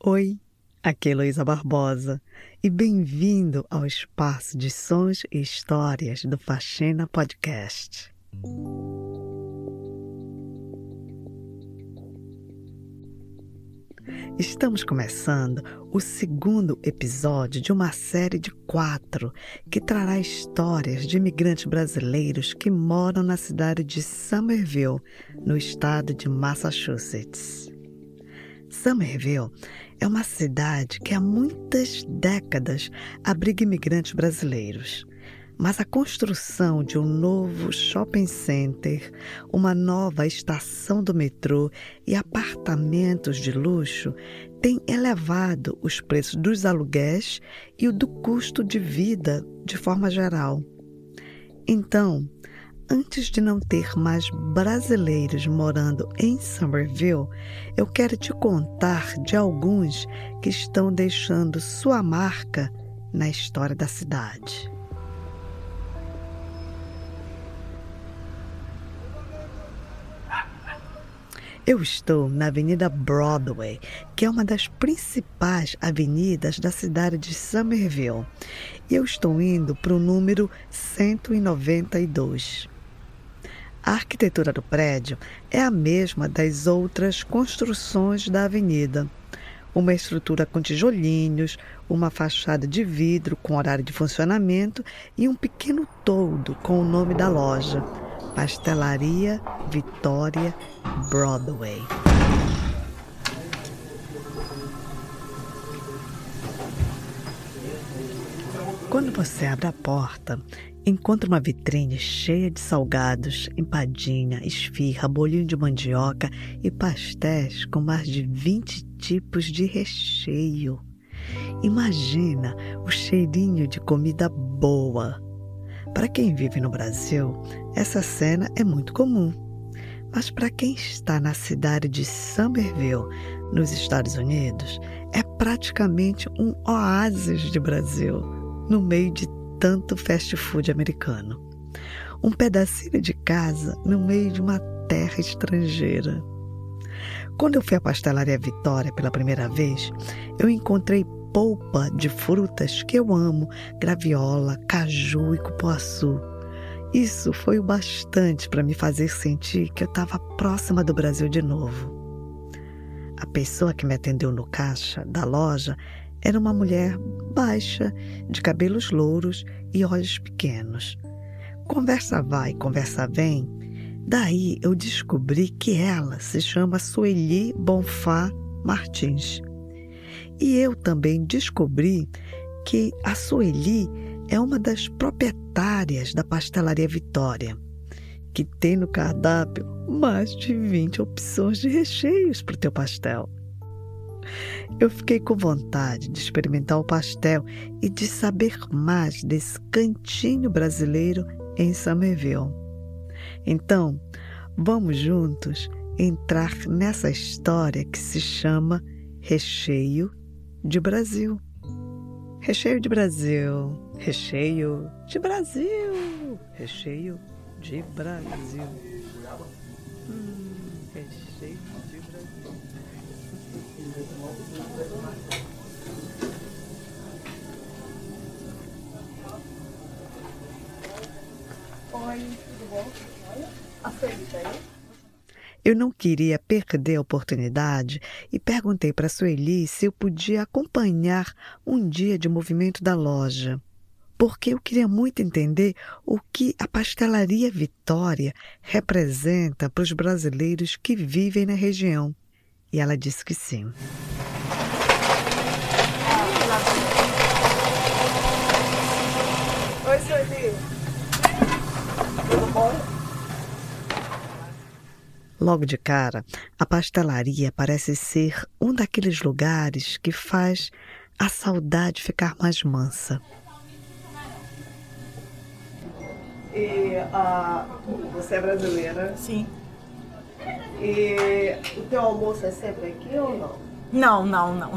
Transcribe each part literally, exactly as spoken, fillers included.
Oi, aqui é Heloísa Barbosa e bem-vindo ao espaço de sons e histórias do Faxina Podcast. Estamos começando o segundo episódio de uma série de quatro que trará histórias de imigrantes brasileiros que moram na cidade de Somerville, no estado de Massachusetts. Somerville é uma cidade que há muitas décadas abriga imigrantes brasileiros. Mas a construção de um novo shopping center, uma nova estação do metrô e apartamentos de luxo tem elevado os preços dos aluguéis e o do custo de vida de forma geral. Então, antes de não ter mais brasileiros morando em Somerville, eu quero te contar de alguns que estão deixando sua marca na história da cidade. Eu estou na Avenida Broadway, que é uma das principais avenidas da cidade de Somerville, e eu estou indo para o número cento e noventa e dois. A arquitetura do prédio é a mesma das outras construções da avenida. Uma estrutura com tijolinhos, uma fachada de vidro com horário de funcionamento e um pequeno toldo com o nome da loja, Pastelaria Vitória Broadway. Quando você abre a porta, encontra uma vitrine cheia de salgados, empadinha, esfirra, bolinho de mandioca e pastéis com mais de vinte tipos de recheio. Imagina o cheirinho de comida boa. Para quem vive no Brasil, essa cena é muito comum. Mas para quem está na cidade de Somerville, nos Estados Unidos, é praticamente um oásis de Brasil, no meio de tanto fast food americano. Um pedacinho de casa no meio de uma terra estrangeira. Quando eu fui à Pastelaria Vitória pela primeira vez, eu encontrei polpa de frutas que eu amo, graviola, caju e cupuaçu. Isso foi o bastante para me fazer sentir que eu estava próxima do Brasil de novo. A pessoa que me atendeu no caixa da loja era uma mulher baixa, de cabelos louros e olhos pequenos. Conversa vai, conversa vem. Daí eu descobri que ela se chama Sueli Bonfá Martins. E eu também descobri que a Sueli é uma das proprietárias da Pastelaria Vitória, que tem no cardápio mais de vinte opções de recheios para o teu pastel. Eu fiquei com vontade de experimentar o pastel e de saber mais desse cantinho brasileiro em Somerville. Então, vamos juntos entrar nessa história que se chama Recheio de Brasil. Recheio de Brasil, recheio de Brasil, recheio de Brasil. Hum, recheio de Brasil. Oi, tudo bom? Aceita aí? Eu não queria perder a oportunidade e perguntei para a Sueli se eu podia acompanhar um dia de movimento da loja, porque eu queria muito entender o que a Pastelaria Vitória representa para os brasileiros que vivem na região. E ela disse que sim. Oi, Sueli. Tudo bom? Logo de cara, a pastelaria parece ser um daqueles lugares que faz a saudade ficar mais mansa. E uh, você é brasileira? Sim. E o teu almoço é sempre aqui ou não? Não, não, não.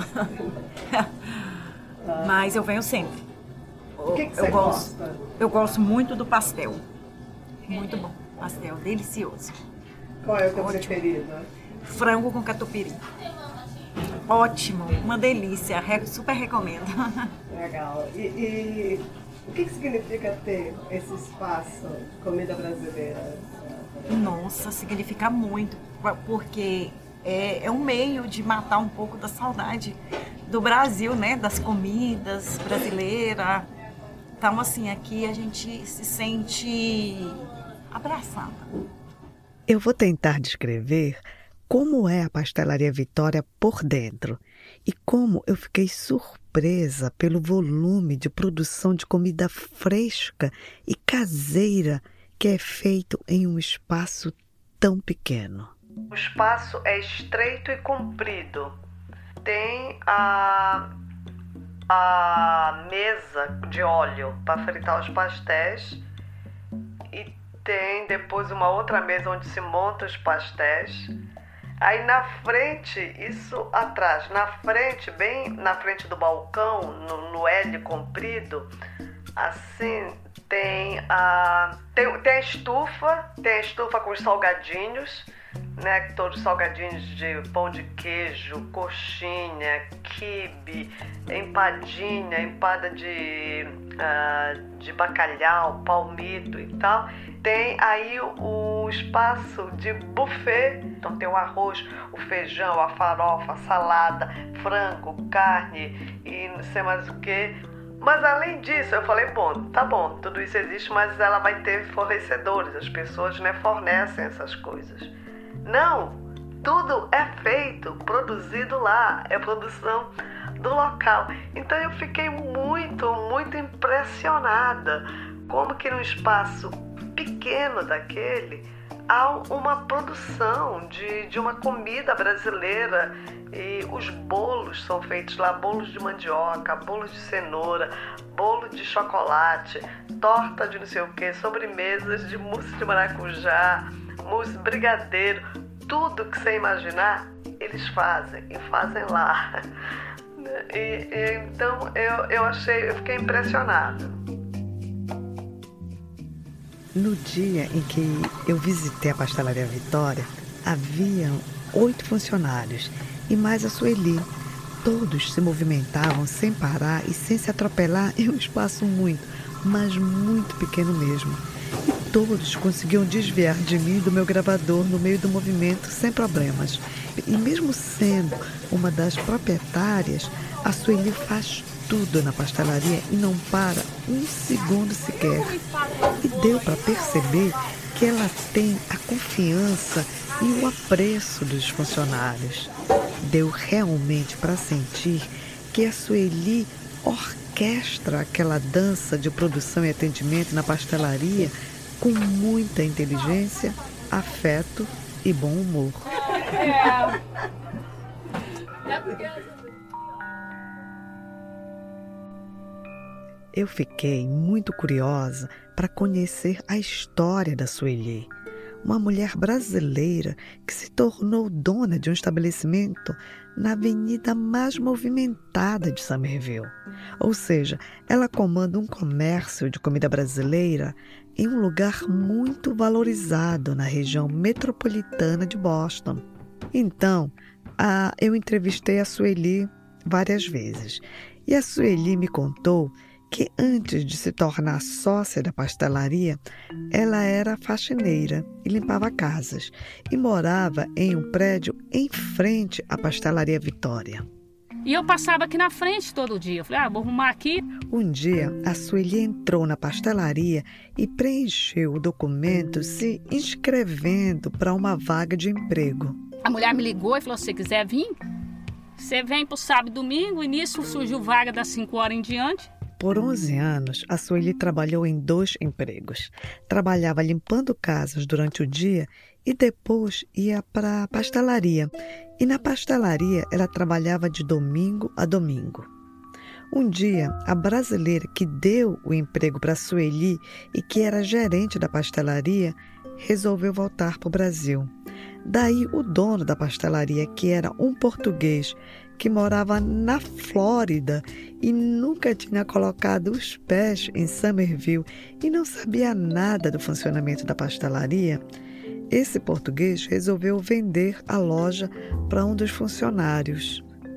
Mas eu venho sempre. O que, que eu você gosto, gosta? Eu gosto muito do pastel. Muito bom. Pastel delicioso. Qual é o teu Ótimo. preferido? Frango com catupiry. Ótimo, uma delícia, Re- super recomendo. Legal. E, e o que, que significa ter esse espaço comida brasileira? Nossa, significa muito, porque é, é um meio de matar um pouco da saudade do Brasil, né? Das comidas brasileiras. Então, assim, aqui a gente se sente abraçada. Eu vou tentar descrever como é a Pastelaria Vitória por dentro e como eu fiquei surpresa pelo volume de produção de comida fresca e caseira que é feito em um espaço tão pequeno. O espaço é estreito e comprido. Tem a, a mesa de óleo para fritar os pastéis e tem depois uma outra mesa onde se monta os pastéis. Aí na frente, isso atrás, na frente, bem na frente do balcão, no, no L comprido, assim, tem a, tem, tem a estufa, tem a estufa com os salgadinhos, né, todos os salgadinhos de pão de queijo, coxinha, quibe, empadinha, empada de, uh, de bacalhau, palmito e tal. Tem aí o, o espaço de buffet, então tem o arroz, o feijão, a farofa, a salada, frango, carne e não sei mais o que. Mas além disso, eu falei, bom, tá bom, tudo isso existe, mas ela vai ter fornecedores, as pessoas, né, fornecem essas coisas. Não, tudo é feito, produzido lá, é produção do local. Então eu fiquei muito, muito impressionada como que num espaço pequeno daquele há uma produção de, de uma comida brasileira. E os bolos são feitos lá, bolos de mandioca, bolos de cenoura, bolo de chocolate, torta de não sei o que, sobremesas de mousse de maracujá, mousse brigadeiro, tudo que você imaginar, eles fazem e fazem lá. E, e, então eu, eu achei, eu fiquei impressionada. No dia em que eu visitei a Pastelaria Vitória, haviam oito funcionários e mais a Sueli. Todos se movimentavam sem parar e sem se atropelar em um espaço muito, mas muito pequeno mesmo. E todos conseguiam desviar de mim e do meu gravador no meio do movimento sem problemas. E mesmo sendo uma das proprietárias, a Sueli faz tudo na pastelaria e não para um segundo sequer. E deu para perceber que ela tem a confiança e o apreço dos funcionários. Deu realmente para sentir que a Sueli orquestra aquela dança de produção e atendimento na pastelaria com muita inteligência, afeto e bom humor. Eu fiquei muito curiosa para conhecer a história da Sueli, uma mulher brasileira que se tornou dona de um estabelecimento na avenida mais movimentada de Summerville. Ou seja, ela comanda um comércio de comida brasileira em um lugar muito valorizado na região metropolitana de Boston. Então, a, eu entrevistei a Sueli várias vezes e a Sueli me contou que antes de se tornar sócia da pastelaria, ela era faxineira e limpava casas e morava em um prédio em frente à Pastelaria Vitória. E eu passava aqui na frente todo dia. Eu falei, ah, vou arrumar aqui. Um dia, a Sueli entrou na pastelaria e preencheu o documento se inscrevendo para uma vaga de emprego. A mulher me ligou e falou, se você quiser vir, você vem para o sábado e domingo, e nisso surgiu vaga das cinco horas em diante. Por onze anos, a Sueli trabalhou em dois empregos. Trabalhava limpando casas durante o dia e depois ia para a pastelaria. E na pastelaria ela trabalhava de domingo a domingo. Um dia, a brasileira que deu o emprego para a Sueli e que era gerente da pastelaria, resolveu voltar para o Brasil. Daí o dono da pastelaria, que era um português que morava na Flórida e nunca tinha colocado os pés em Summerville e não sabia nada do funcionamento da pastelaria, esse português resolveu vender a loja para um dos funcionários,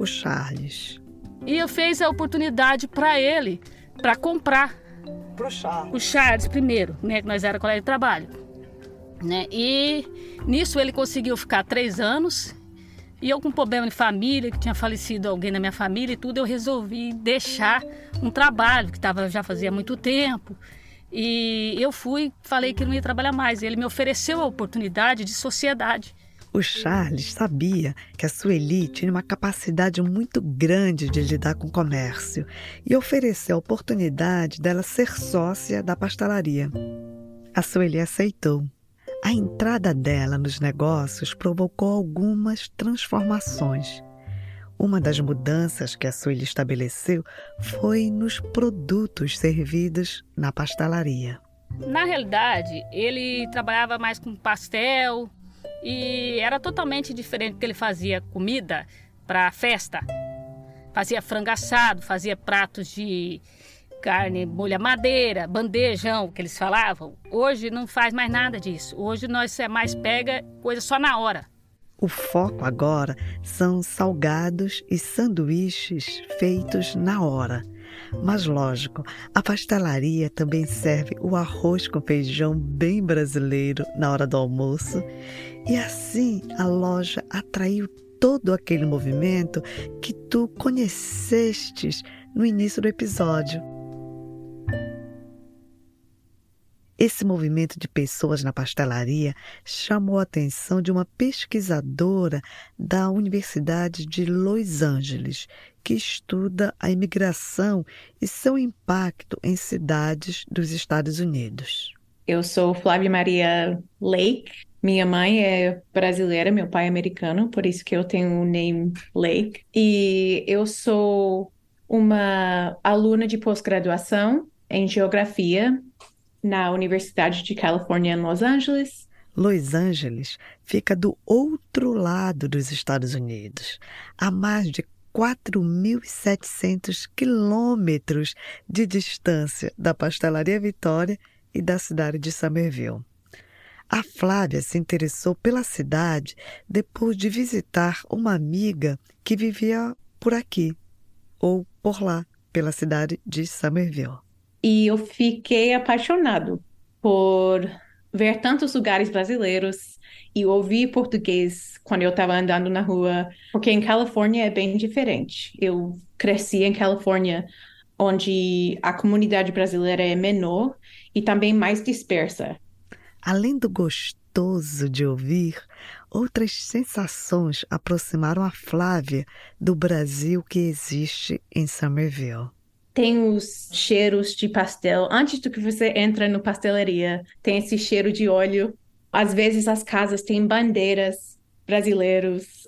o Charles. E eu fiz a oportunidade para ele, para comprar. Pro Charles. O Charles primeiro, né? Que nós era colega de trabalho. Né? E nisso ele conseguiu ficar três anos. E eu com problema de família, que tinha falecido alguém na minha família e tudo, eu resolvi deixar um trabalho que tava, já fazia muito tempo. E eu fui, falei que não ia trabalhar mais. Ele me ofereceu a oportunidade de sociedade. O Charles sabia que a Sueli tinha uma capacidade muito grande de lidar com o comércio e ofereceu a oportunidade dela ser sócia da pastelaria. A Sueli aceitou. A entrada dela nos negócios provocou algumas transformações. Uma das mudanças que a Sueli estabeleceu foi nos produtos servidos na pastelaria. Na realidade, ele trabalhava mais com pastel e era totalmente diferente, porque ele fazia comida para festa. Fazia frango assado, fazia pratos de carne, molho à madeira, bandejão, que eles falavam. Hoje não faz mais nada disso. Hoje nós mais pega coisa só na hora. O foco agora são salgados e sanduíches feitos na hora. Mas, lógico, a pastelaria também serve o arroz com feijão bem brasileiro na hora do almoço. E assim a loja atraiu todo aquele movimento que tu conhecestes no início do episódio. Esse movimento de pessoas na pastelaria chamou a atenção de uma pesquisadora da Universidade de Los Angeles, que estuda a imigração e seu impacto em cidades dos Estados Unidos. Eu sou Flávia Maria Lake. Minha mãe é brasileira, meu pai é americano, por isso que eu tenho o nome Lake. E eu sou uma aluna de pós-graduação em geografia na Universidade de Califórnia, em Los Angeles. Los Angeles fica do outro lado dos Estados Unidos, a mais de quatro mil e setecentos quilômetros de distância da Pastelaria Vitória e da cidade de Summerville. A Flávia se interessou pela cidade depois de visitar uma amiga que vivia por aqui, ou por lá, pela cidade de Summerville. E eu fiquei apaixonado por ver tantos lugares brasileiros e ouvir português quando eu estava andando na rua, porque em Califórnia é bem diferente. Eu cresci em Califórnia, onde a comunidade brasileira é menor e também mais dispersa. Além do gostoso de ouvir, outras sensações aproximaram a Flávia do Brasil que existe em Summerville. Tem os cheiros de pastel. Antes do que você entra no pastelaria, tem esse cheiro de óleo. Às vezes as casas têm bandeiras brasileiras.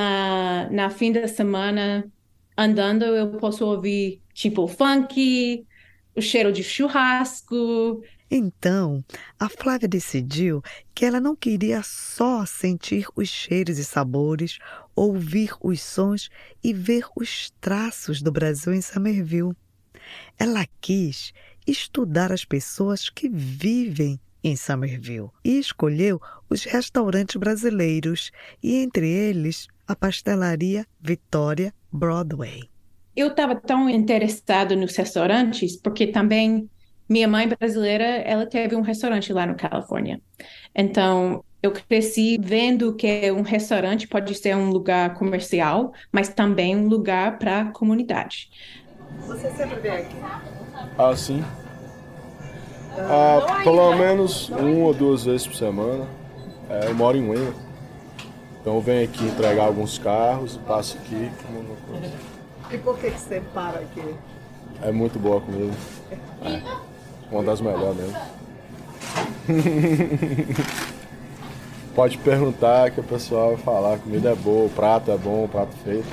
Na, na fim da semana, andando, eu posso ouvir tipo funk, o cheiro de churrasco. Então, a Flávia decidiu que ela não queria só sentir os cheiros e sabores, ouvir os sons e ver os traços do Brasil em Summerville. Ela quis estudar as pessoas que vivem em Summerville e escolheu os restaurantes brasileiros e, entre eles, a pastelaria Vitória Broadway. Eu estava tão interessada nos restaurantes porque também minha mãe brasileira, ela teve um restaurante lá no Califórnia. Então, eu cresci vendo que um restaurante pode ser um lugar comercial, mas também um lugar para a comunidade. Você sempre vem aqui? Ah, sim. Ah, pelo menos uma ou duas vezes por semana. É, eu moro em Wayne. Então eu venho aqui entregar alguns carros, passo aqui. E por que que você para aqui? É muito boa a comida. É, uma das melhores mesmo. Pode perguntar que o pessoal vai falar. A comida é boa, o prato é bom, o prato feito.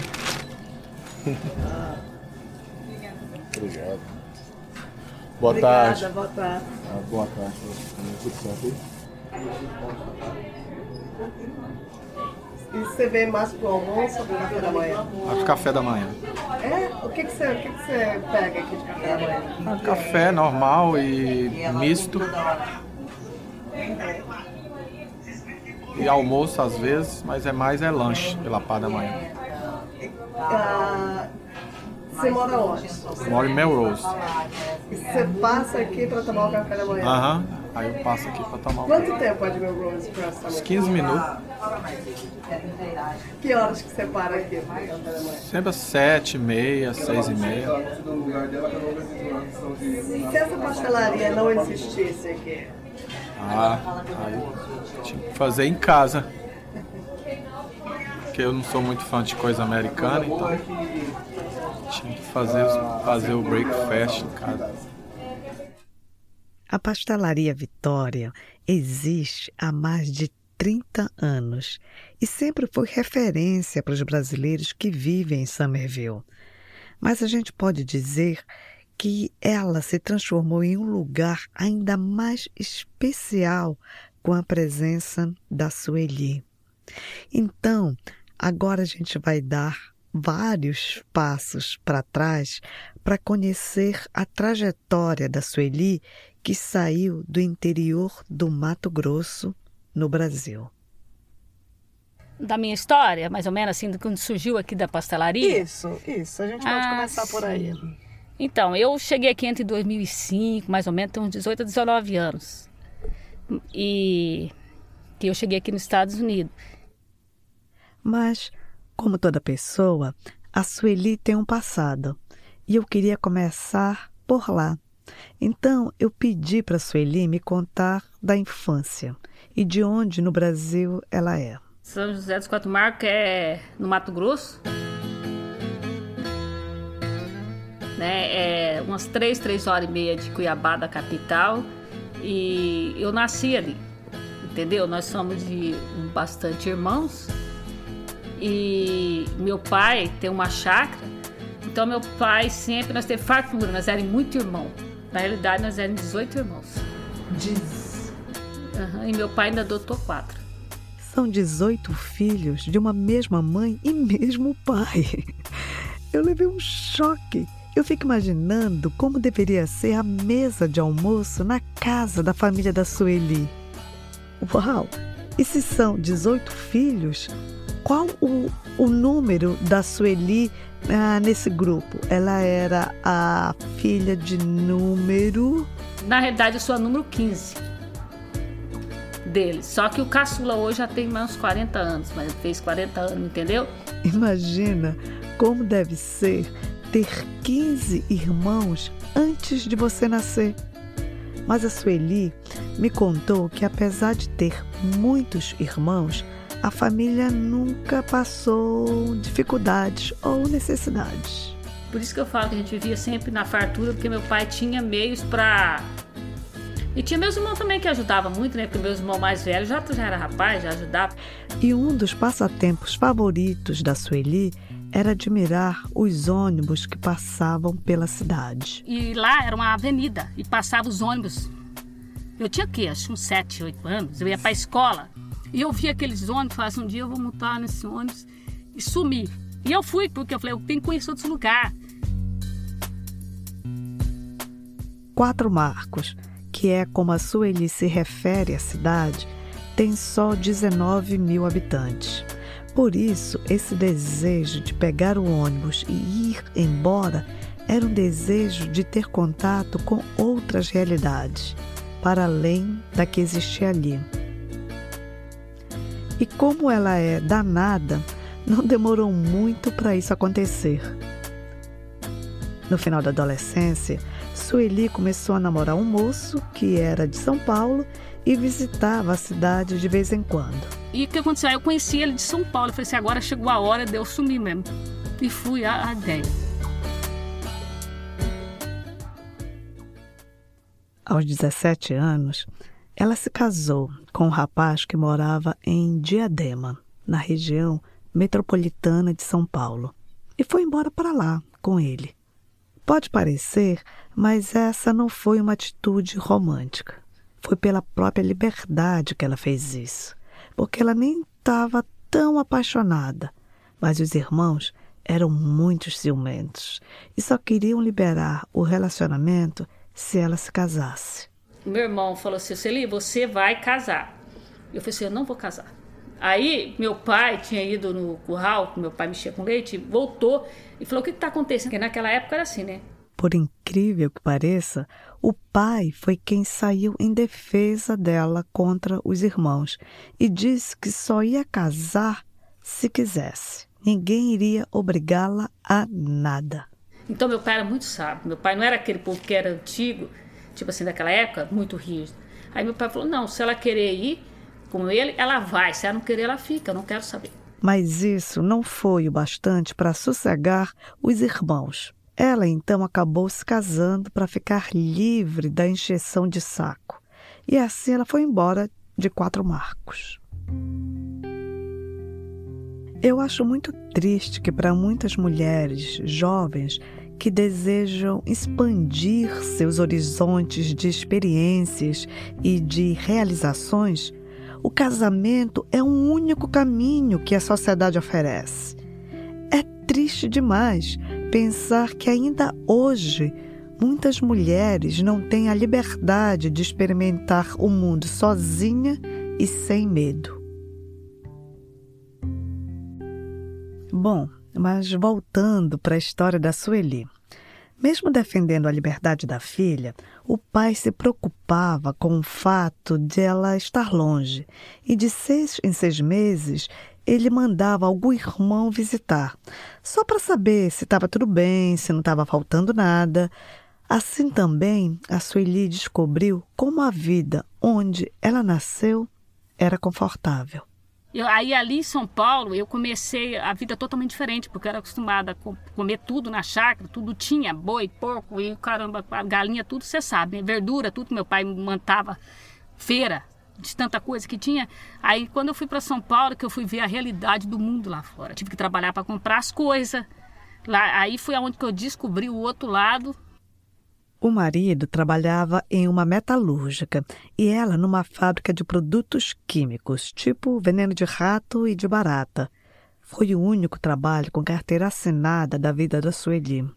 Obrigado. Boa Obrigada, tarde. boa tarde. Ah, boa tarde. Tudo certo aí? E você vem mais pro almoço ou pro café da manhã? Ah, café da manhã. É? O que que você, o que que você pega aqui de café da manhã? Ah, café normal e misto. E almoço às vezes, mas é mais é lanche pela parte da manhã. Ah, você mora onde? Moro em Melrose. E você passa aqui para tomar o café da manhã? Aham. Aí eu passo aqui para tomar o Quanto tempo é de Melrose para essa Uns quinze minutos. Que horas que você para aqui para o café da manhã? Sempre às sete e meia, seis e meia. Se essa pastelaria não existisse aqui? Ah, aí tinha que fazer em casa. Porque eu não sou muito fã de coisa americana, então tinha que fazer, fazer o breakfast em casa. A Pastelaria Vitória existe há mais de trinta anos e sempre foi referência para os brasileiros que vivem em Summerville. Mas a gente pode dizer que ela se transformou em um lugar ainda mais especial com a presença da Sueli. Então, agora a gente vai dar vários passos para trás para conhecer a trajetória da Sueli, que saiu do interior do Mato Grosso, no Brasil. Da minha história, mais ou menos assim, de quando surgiu aqui da pastelaria? Isso, isso. A gente pode Ah, começar por aí. Então, eu cheguei aqui entre dois mil e cinco, mais ou menos, tem uns dezoito a dezenove anos. E que eu cheguei aqui nos Estados Unidos. Mas, como toda pessoa, a Sueli tem um passado. E eu queria começar por lá. Então, eu pedi para a Sueli me contar da infância e de onde no Brasil ela é. São José dos Quatro Marcos é no Mato Grosso. Né? É umas três, três horas e meia de Cuiabá, da capital. E eu nasci ali, entendeu? Nós somos de bastante irmãos. E meu pai tem uma chácara. Então, meu pai sempre, nós teve fartura, nós éramos muito irmãos. Na realidade, nós éramos dezoito irmãos. Diz. Uhum, e meu pai ainda adotou quatro. São dezoito filhos de uma mesma mãe e mesmo pai. Eu levei um choque. Eu fico imaginando como deveria ser a mesa de almoço na casa da família da Sueli. Uau! E se são dezoito filhos, qual o, o número da Sueli ah, nesse grupo? Ela era a filha de número... Na realidade, eu sou a número quinze dele. Só que o caçula hoje já tem mais uns quarenta anos, mas ele fez quarenta anos, entendeu? Imagina como deve ser ter quinze irmãos antes de você nascer. Mas a Sueli me contou que, apesar de ter muitos irmãos, a família nunca passou dificuldades ou necessidades. Por isso que eu falo que a gente vivia sempre na fartura, porque meu pai tinha meios para... E tinha meus irmãos também que ajudavam muito, né? Porque meus irmãos mais velhos já, já era rapaz, já ajudava. E um dos passatempos favoritos da Sueli era admirar os ônibus que passavam pela cidade. E lá era uma avenida e passavam os ônibus. Eu tinha o quê? Acho uns sete, oito anos. Eu ia para a escola e eu via aqueles ônibus, falava assim, um dia eu vou montar nesse ônibus e sumir. E eu fui, porque eu falei, eu tenho que conhecer outros lugares. Quatro Marcos, que é como a Sueli se refere à cidade, tem só dezenove mil habitantes. Por isso, esse desejo de pegar o ônibus e ir embora era um desejo de ter contato com outras realidades, para além da que existia ali. E como ela é danada, não demorou muito para isso acontecer. No final da adolescência, Sueli começou a namorar um moço que era de São Paulo e visitava a cidade de vez em quando. E o que aconteceu? Eu conheci ele de São Paulo. Eu falei assim, agora chegou a hora de eu sumir mesmo. E fui a, a ideia. Aos dezessete anos, ela se casou com um rapaz que morava em Diadema, na região metropolitana de São Paulo, e foi embora para lá com ele. Pode parecer, mas essa não foi uma atitude romântica. Foi pela própria liberdade que ela fez isso, porque ela nem estava tão apaixonada, mas os irmãos eram muito ciumentos e só queriam liberar o relacionamento se ela se casasse. Meu irmão falou assim, Sueli, você vai casar. Eu falei assim, eu não vou casar. Aí meu pai tinha ido no curral, meu pai mexia com leite, voltou e falou: o que está acontecendo? Porque naquela época era assim, né? Por incrível que pareça, o pai foi quem saiu em defesa dela contra os irmãos e disse que só ia casar se quisesse. Ninguém iria obrigá-la a nada. Então meu pai era muito sábio. Meu pai não era aquele povo que era antigo, tipo assim, daquela época, muito rígido. Aí meu pai falou: não, se ela querer ir com ele, ela vai. Se ela não querer, ela fica. Eu não quero saber. Mas isso não foi o bastante para sossegar os irmãos. Ela então acabou se casando para ficar livre da encheção de saco. E assim ela foi embora de Quatro Marcos. Eu acho muito triste que para muitas mulheres jovens que desejam expandir seus horizontes de experiências e de realizações, o casamento é um único caminho que a sociedade oferece. É triste demais pensar que ainda hoje muitas mulheres não têm a liberdade de experimentar o mundo sozinha e sem medo. Bom, mas voltando para a história da Sueli. Mesmo defendendo a liberdade da filha, o pai se preocupava com o fato de ela estar longe e de seis em seis meses ele mandava algum irmão visitar, só para saber se estava tudo bem, se não estava faltando nada. Assim também, a Sueli descobriu como a vida onde ela nasceu era confortável. Eu, aí ali em São Paulo eu comecei a vida totalmente diferente, porque eu era acostumada a comer tudo na chácara, tudo tinha, boi, porco e caramba, galinha, tudo você sabe, né? Verdura, tudo. Meu pai montava feira de tanta coisa que tinha. Aí quando eu fui para São Paulo, que eu fui ver a realidade do mundo lá fora, tive que trabalhar para comprar as coisas. Lá, aí foi onde que eu descobri o outro lado. O marido trabalhava em uma metalúrgica e ela numa fábrica de produtos químicos, tipo veneno de rato e de barata. Foi o único trabalho com carteira assinada da vida da Sueli.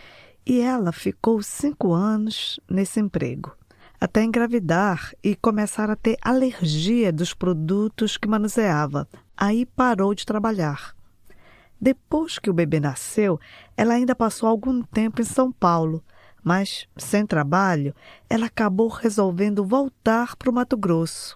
E ela ficou cinco anos nesse emprego, até engravidar e começar a ter alergia dos produtos que manuseava. Aí parou de trabalhar. Depois que o bebê nasceu, ela ainda passou algum tempo em São Paulo, mas, sem trabalho, ela acabou resolvendo voltar para o Mato Grosso.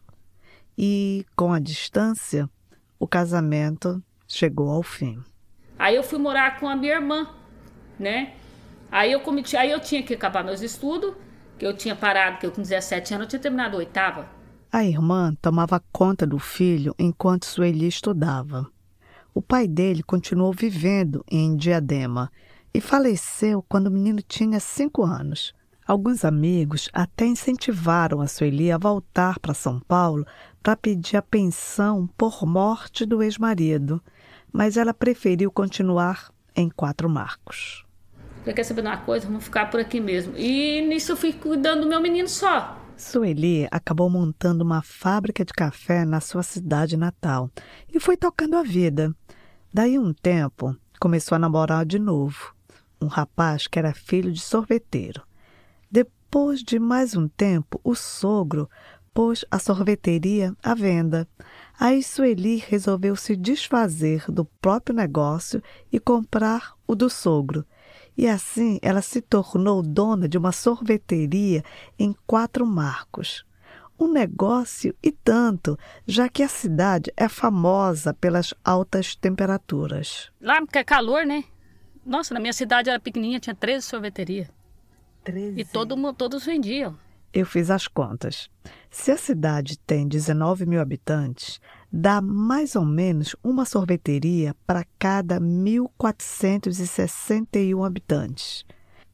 E, com a distância, o casamento chegou ao fim. Aí eu fui morar com a minha irmã, né? Aí eu, cometi, aí eu tinha que acabar meus estudos, que eu tinha parado, que eu com dezessete anos eu tinha terminado a oitava. A irmã tomava conta do filho enquanto Sueli estudava. O pai dele continuou vivendo em Diadema e faleceu quando o menino tinha cinco anos. Alguns amigos até incentivaram a Sueli a voltar para São Paulo para pedir a pensão por morte do ex-marido, mas ela preferiu continuar em Quatro Marcos. Você quer saber de uma coisa? Vamos ficar por aqui mesmo. E nisso eu fui cuidando do meu menino só. Sueli acabou montando uma fábrica de café na sua cidade natal e foi tocando a vida. Daí um tempo, começou a namorar de novo. Um rapaz que era filho de sorveteiro. Depois de mais um tempo, o sogro pôs a sorveteria à venda. Aí Sueli resolveu se desfazer do próprio negócio e comprar o do sogro. E assim ela se tornou dona de uma sorveteria em Quatro Marcos. Um negócio e tanto, já que a cidade é famosa pelas altas temperaturas. Lá porque é calor, né? Nossa, na minha cidade era pequenininha, tinha treze sorveterias. treze? E todo, todos vendiam. Eu fiz as contas. Se a cidade tem dezenove mil habitantes, dá mais ou menos uma sorveteria para cada mil quatrocentos e sessenta e um habitantes.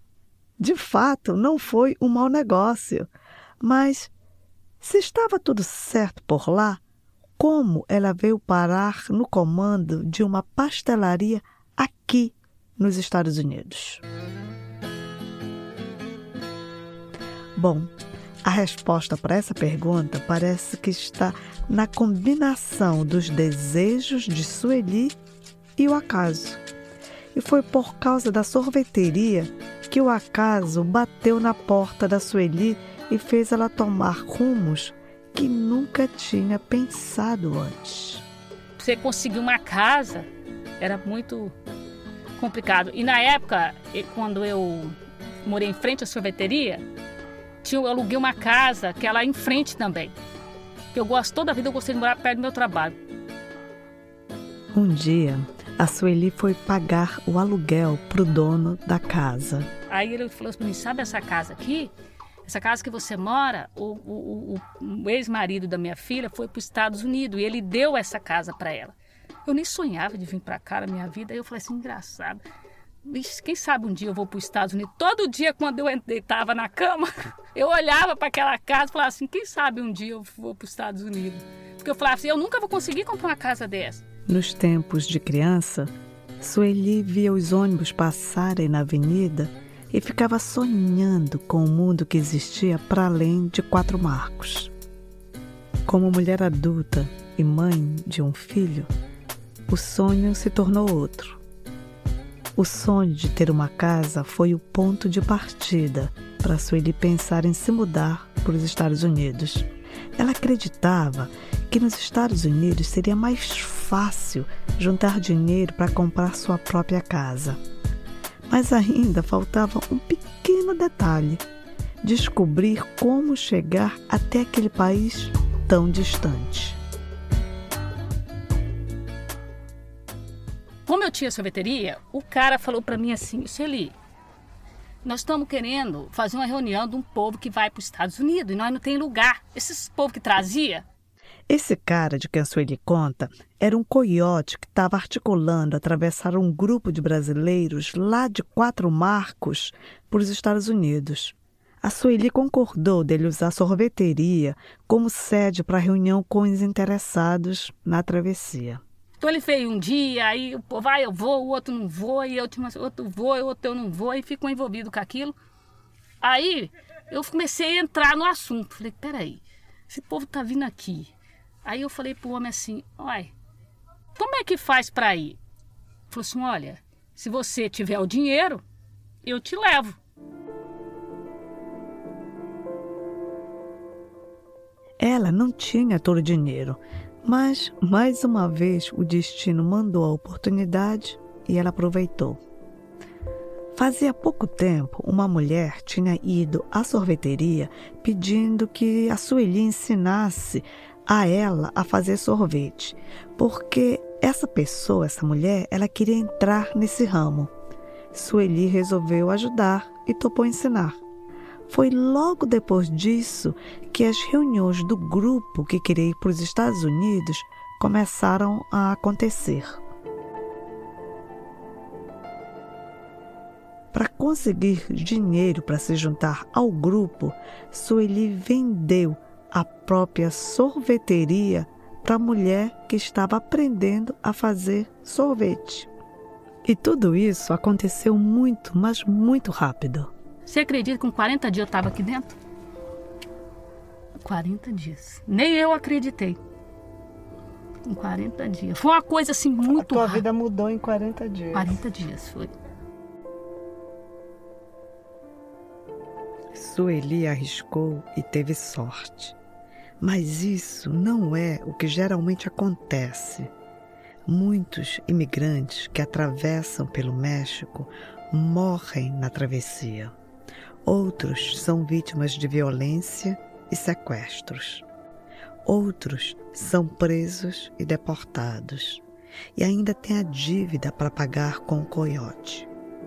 De fato, não foi um mau negócio. Mas, se estava tudo certo por lá, como ela veio parar no comando de uma pastelaria aqui nos Estados Unidos? Bom, a resposta para essa pergunta parece que está na combinação dos desejos de Sueli e o acaso. E foi por causa da sorveteria que o acaso bateu na porta da Sueli e fez ela tomar rumos que nunca tinha pensado antes. você conseguir uma casa era muito complicado. E na época, quando eu morei em frente à sorveteria, tinha, eu aluguei uma casa que era em frente também. Que eu gosto, toda a vida eu gostei de morar perto do meu trabalho. Um dia, a Sueli foi pagar o aluguel para o dono da casa. Aí ele falou assim para mim, sabe essa casa aqui? Essa casa que você mora, o, o, o, o ex-marido da minha filha foi para os Estados Unidos e ele deu essa casa para ela. Eu nem sonhava de vir para cá na minha vida. Aí eu falei assim, engraçado. Vixe, quem sabe um dia eu vou para os Estados Unidos. Todo dia, quando eu deitava na cama, eu olhava para aquela casa e falava assim, quem sabe um dia eu vou para os Estados Unidos. Porque eu falava assim, eu nunca vou conseguir comprar uma casa dessa. Nos tempos de criança, Sueli via os ônibus passarem na avenida e ficava sonhando com o mundo que existia para além de Quatro Marcos. Como mulher adulta e mãe de um filho, o sonho se tornou outro. O sonho de ter uma casa foi o ponto de partida para Sueli pensar em se mudar para os Estados Unidos. Ela acreditava que nos Estados Unidos seria mais fácil juntar dinheiro para comprar sua própria casa. Mas ainda faltava um pequeno detalhe: descobrir como chegar até aquele país tão distante. Como eu tinha sorveteria, o cara falou para mim assim, Sueli, nós estamos querendo fazer uma reunião de um povo que vai para os Estados Unidos e nós não tem lugar. Esses povos que trazia. Esse cara de quem a Sueli conta era um coiote que estava articulando atravessar um grupo de brasileiros lá de Quatro Marcos para os Estados Unidos. A Sueli concordou dele usar a sorveteria como sede para a reunião com os interessados na travessia. Então ele veio um dia, aí o povo, vai, eu vou, o outro não vou, e eu, outro vou, o outro eu não vou, e ficou envolvido com aquilo. Aí eu comecei a entrar no assunto. Falei, peraí, esse povo tá vindo aqui. Aí eu falei pro homem assim, olha, como é que faz para ir? Ele falou assim, olha, se você tiver o dinheiro, eu te levo. Ela não tinha todo o dinheiro, mas, mais uma vez, o destino mandou a oportunidade e ela aproveitou. Fazia pouco tempo, uma mulher tinha ido à sorveteria pedindo que a Sueli ensinasse a ela a fazer sorvete, porque essa pessoa, essa mulher, ela queria entrar nesse ramo. Sueli resolveu ajudar e topou ensinar. Foi logo depois disso que as reuniões do grupo que queria ir para os Estados Unidos começaram a acontecer. Para conseguir dinheiro para se juntar ao grupo, Sueli vendeu a própria sorveteria para a mulher que estava aprendendo a fazer sorvete. E tudo isso aconteceu muito, mas muito rápido. Você acredita que com quarenta dias eu estava aqui dentro? quarenta dias. Nem eu acreditei. Com quarenta dias. Foi uma coisa assim muito rápida. A tua vida mudou em quarenta dias. quarenta dias, foi. Sueli arriscou e teve sorte. Mas isso não é o que geralmente acontece. Muitos imigrantes que atravessam pelo México morrem na travessia. Outros são vítimas de violência e sequestros. Outros são presos e deportados. E ainda tem a dívida para pagar com o coiote.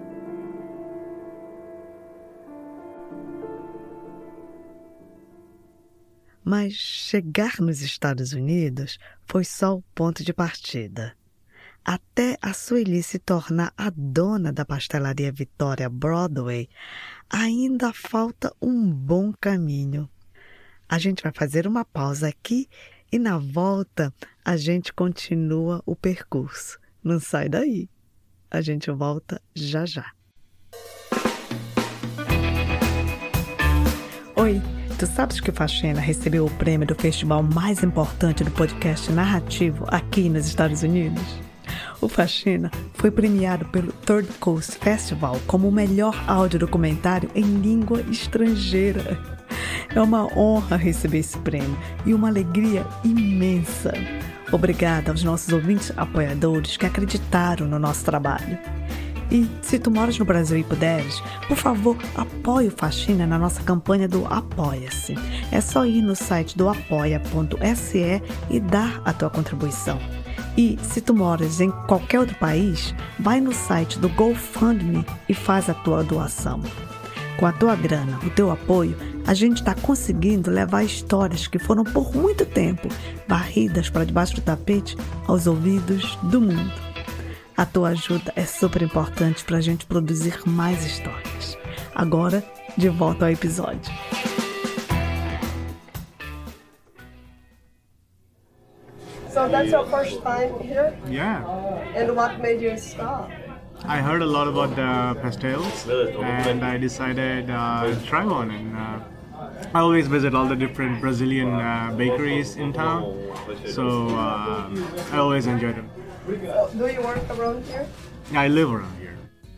Mas chegar nos Estados Unidos foi só o ponto de partida. Até a Sueli se tornar a dona da pastelaria Vitória Broadway, ainda falta um bom caminho. A gente vai fazer uma pausa aqui e na volta a gente continua o percurso. Não sai daí. A gente volta já já. Oi! Tu sabes que o Faxina recebeu o prêmio do festival mais importante do podcast narrativo aqui nos Estados Unidos? O Faxina foi premiado pelo Third Coast Festival como o melhor audiodocumentário em língua estrangeira. É uma honra receber esse prêmio e uma alegria imensa. Obrigada aos nossos ouvintes apoiadores que acreditaram no nosso trabalho. E se tu moras no Brasil e puderes, por favor, apoie o Faxina na nossa campanha do Apoia-se. É só ir no site do apoia ponto se e dar a tua contribuição. E se tu moras em qualquer outro país, vai no site do GoFundMe e faz a tua doação. Com a tua grana, o teu apoio, a gente está conseguindo levar histórias que foram por muito tempo varridas para debaixo do tapete aos ouvidos do mundo. A tua ajuda é super importante para a gente produzir mais histórias. Agora, de volta ao episódio. So that's your first time here? Yeah. And what made you stop? I heard a lot about the pastels and I decided uh, to try one. And uh, I always visit all the different Brazilian uh, bakeries in town, so uh, I always enjoy them. Do you work around here? I live around here.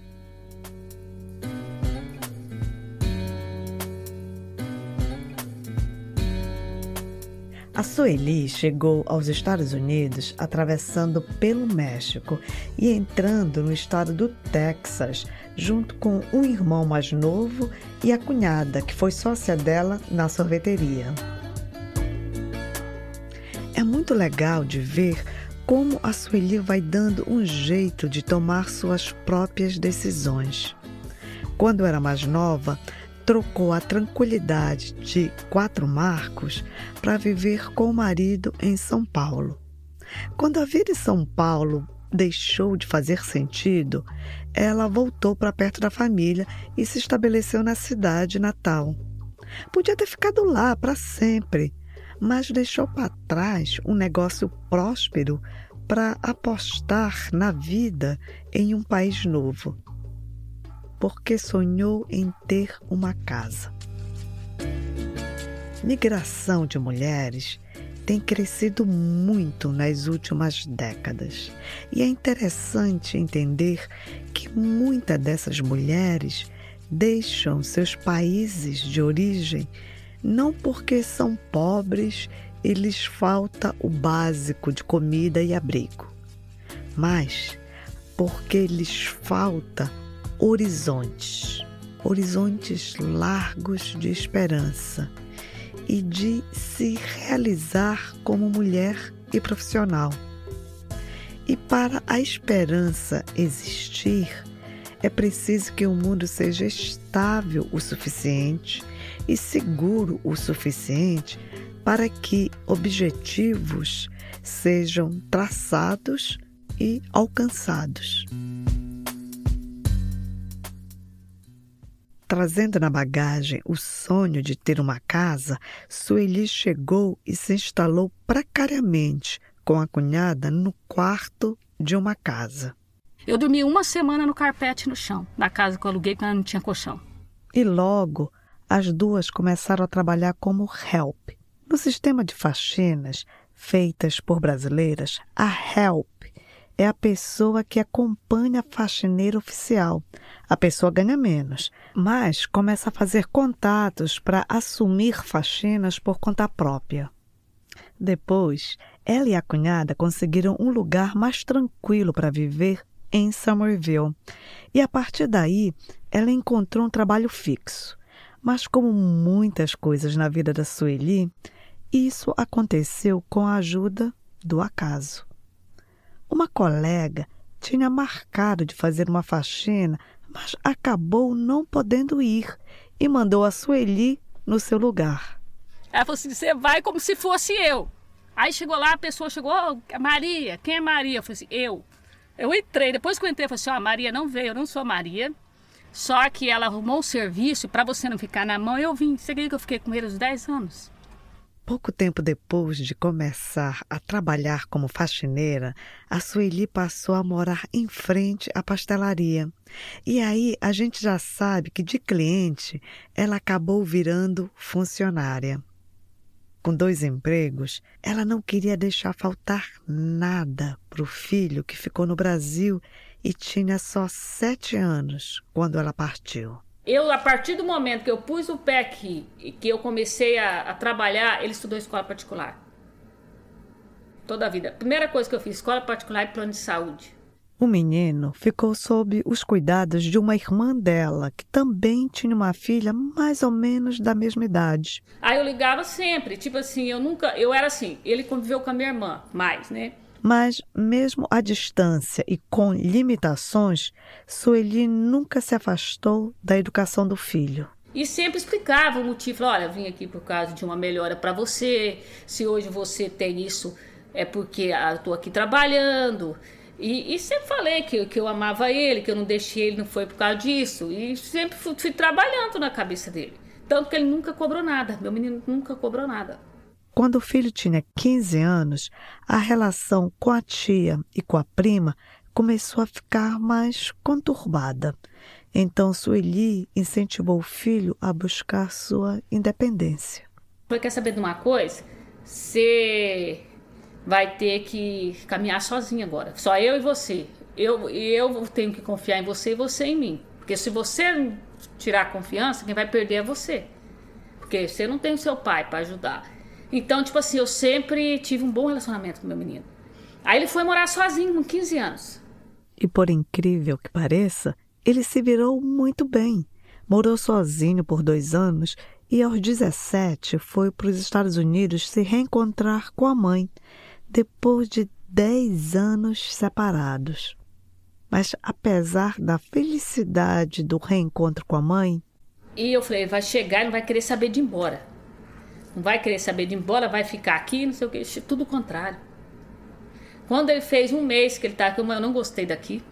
A Sueli chegou aos Estados Unidos atravessando pelo México e entrando no estado do Texas, junto com um irmão mais novo e a cunhada, que foi sócia dela na sorveteria. É muito legal de ver como a Sueli vai dando um jeito de tomar suas próprias decisões. Quando era mais nova, trocou a tranquilidade de Quatro Marcos para viver com o marido em São Paulo. Quando a vida em São Paulo deixou de fazer sentido, ela voltou para perto da família e se estabeleceu na cidade natal. Podia ter ficado lá para sempre, mas deixou para trás um negócio próspero para apostar na vida em um país novo, porque sonhou em ter uma casa. Migração de mulheres tem crescido muito nas últimas décadas e é interessante entender que muitas dessas mulheres deixam seus países de origem não porque são pobres e lhes falta o básico de comida e abrigo, mas porque lhes falta horizontes, horizontes largos de esperança e de se realizar como mulher e profissional. E para a esperança existir, é preciso que o mundo seja estável o suficiente e seguro o suficiente para que objetivos sejam traçados e alcançados. Trazendo na bagagem o sonho de ter uma casa, Sueli chegou e se instalou precariamente com a cunhada no quarto de uma casa. Eu dormi uma semana no carpete no chão, na casa que eu aluguei quando não tinha colchão. E logo, as duas começaram a trabalhar como help. No sistema de faxinas feitas por brasileiras, a help é a pessoa que acompanha a faxineira oficial. A pessoa ganha menos, mas começa a fazer contatos para assumir faxinas por conta própria. Depois, ela e a cunhada conseguiram um lugar mais tranquilo para viver em Somerville. E a partir daí, ela encontrou um trabalho fixo. Mas como muitas coisas na vida da Sueli, isso aconteceu com a ajuda do acaso. Uma colega tinha marcado de fazer uma faxina, mas acabou não podendo ir e mandou a Sueli no seu lugar. Ela falou assim, você vai como se fosse eu. Aí chegou lá, a pessoa chegou, oh, Maria, quem é Maria? Eu falei assim, eu. Eu entrei, depois que eu entrei, eu falei assim, ó, oh, a Maria não veio, eu não sou a Maria. Só que ela arrumou um serviço para você não ficar na mão, eu vim. Você acredita que eu fiquei com ele uns dez anos? Pouco tempo depois de começar a trabalhar como faxineira, a Sueli passou a morar em frente à pastelaria. E aí a gente já sabe que de cliente ela acabou virando funcionária. Com dois empregos, ela não queria deixar faltar nada para o filho que ficou no Brasil e tinha só sete anos quando ela partiu. Eu, a partir do momento que eu pus o pé aqui e que eu comecei a, a trabalhar, ele estudou em escola particular. Toda a vida. A primeira coisa que eu fiz, escola particular e plano de saúde. O menino ficou sob os cuidados de uma irmã dela, que também tinha uma filha mais ou menos da mesma idade. Aí eu ligava sempre, tipo assim, eu nunca, eu era assim, ele conviveu com a minha irmã mais, né? Mas, mesmo à distância e com limitações, Sueli nunca se afastou da educação do filho. E sempre explicava o motivo, falava, olha, eu vim aqui por causa de uma melhora para você, se hoje você tem isso é porque eu estou aqui trabalhando. E, e sempre falei que, que eu amava ele, que eu não deixei ele, não foi por causa disso. E sempre fui, fui trabalhando na cabeça dele. Tanto que ele nunca cobrou nada, meu menino nunca cobrou nada. Quando o filho tinha quinze anos, a relação com a tia e com a prima começou a ficar mais conturbada. Então, Sueli incentivou o filho a buscar sua independência. Falei, quer saber de uma coisa? Você vai ter que caminhar sozinha agora. Só eu e você. Eu, eu tenho que confiar em você e você em mim. Porque se você tirar a confiança, quem vai perder é você. Porque você não tem o seu pai para ajudar. Então, tipo assim, eu sempre tive um bom relacionamento com meu menino. Aí ele foi morar sozinho com quinze anos. E por incrível que pareça, ele se virou muito bem. Morou sozinho por dois anos e aos dezessete foi para os Estados Unidos se reencontrar com a mãe, depois de dez anos separados. Mas apesar da felicidade do reencontro com a mãe... E eu falei, vai chegar e não vai querer saber de ir embora. Não vai querer saber de ir embora, vai ficar aqui, não sei o que, tudo o contrário. Quando ele fez um mês que ele está aqui, eu não gostei daqui.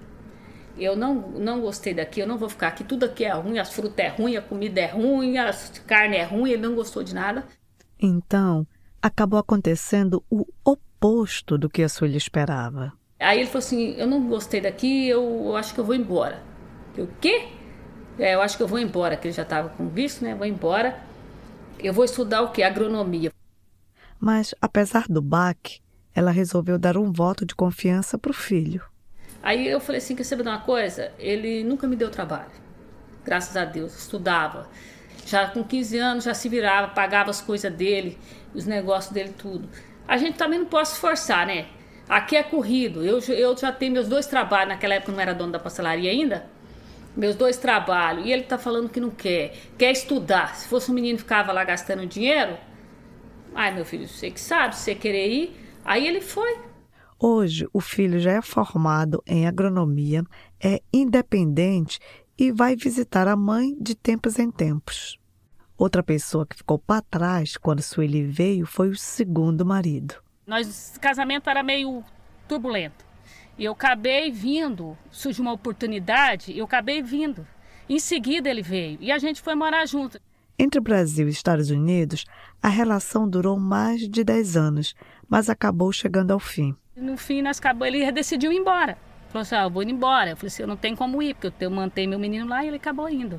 Eu não, não gostei daqui, eu não vou ficar aqui, tudo aqui é ruim, as frutas é ruim, a comida é ruim, a carne é ruim, ele não gostou de nada. Então, acabou acontecendo o oposto do que a Sueli esperava. Aí ele falou assim, eu não gostei daqui, eu, eu acho que eu vou embora. Eu, o quê? É, eu acho que eu vou embora, que ele já estava com visto, né? Vou embora. Eu vou estudar o quê? Agronomia. Mas, apesar do baque, ela resolveu dar um voto de confiança para o filho. Aí eu falei assim, quer saber de uma coisa? Ele nunca me deu trabalho. Graças a Deus, estudava. Já com quinze anos já se virava, pagava as coisas dele, os negócios dele, tudo. A gente também não pode se forçar, né? Aqui é corrido. Eu, eu já tenho meus dois trabalhos, naquela época eu não era dono da pastelaria ainda. Meus dois trabalhos. E ele tá falando que não quer. Quer estudar. Se fosse um menino que ficava lá gastando dinheiro... Ai, meu filho, você que sabe, se você querer ir... Aí ele foi. Hoje, o filho já é formado em agronomia, é independente e vai visitar a mãe de tempos em tempos. Outra pessoa que ficou para trás quando Sueli veio foi o segundo marido. Nosso casamento era meio turbulento. E eu acabei vindo, surgiu uma oportunidade, eu acabei vindo. Em seguida ele veio e a gente foi morar junto. Entre Brasil e Estados Unidos, a relação durou mais de dez anos, mas acabou chegando ao fim. No fim, nós acabou, ele decidiu ir embora. Falou assim, ah, eu vou embora. Eu falei assim, eu não tenho como ir, porque eu mantenho meu menino lá e ele acabou indo.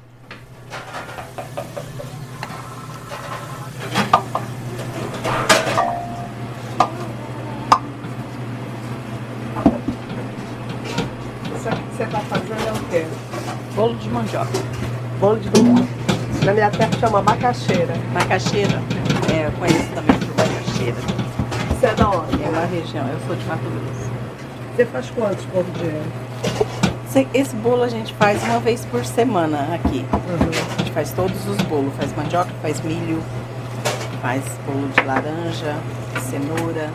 Isso aqui que você está fazendo é o quê? Bolo de mandioca. Bolo de mandioca. Na minha terra chama macaxeira. Macaxeira? É, eu conheço também por macaxeira. Você é da onde? É da região, eu sou de Mato Grosso. Você faz quantos por dia? Esse bolo a gente faz uma vez por semana aqui. Uhum. A gente faz todos os bolos. Faz mandioca, faz milho, faz bolo de laranja, cenoura.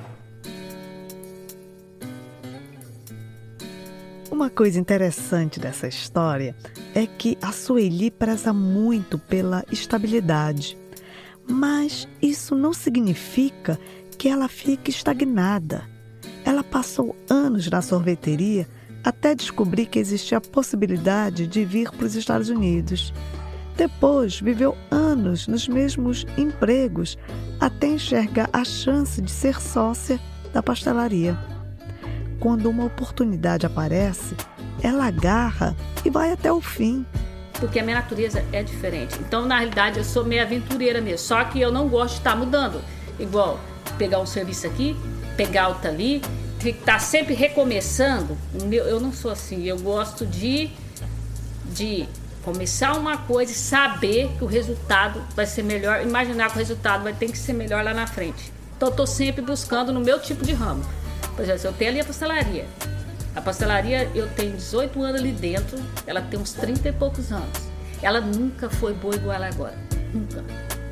Uma coisa interessante dessa história é que a Sueli preza muito pela estabilidade. Mas isso não significa que ela fique estagnada. Ela passou anos na sorveteria até descobrir que existia a possibilidade de vir para os Estados Unidos. Depois, viveu anos nos mesmos empregos até enxergar a chance de ser sócia da pastelaria. Quando uma oportunidade aparece, ela agarra e vai até o fim. Porque a minha natureza é diferente. Então, na realidade, eu sou meio aventureira mesmo. Só que eu não gosto de estar mudando. Igual, pegar um serviço aqui, pegar outro ali, estar sempre recomeçando. Eu não sou assim. Eu gosto de, de começar uma coisa e saber que o resultado vai ser melhor. Imaginar que o resultado vai ter que ser melhor lá na frente. Então, eu estou sempre buscando no meu tipo de ramo. Por exemplo, eu tenho ali a pastelaria. A pastelaria, eu tenho dezoito anos ali dentro, ela tem uns trinta e poucos anos. Ela nunca foi boa igual ela é agora. Nunca.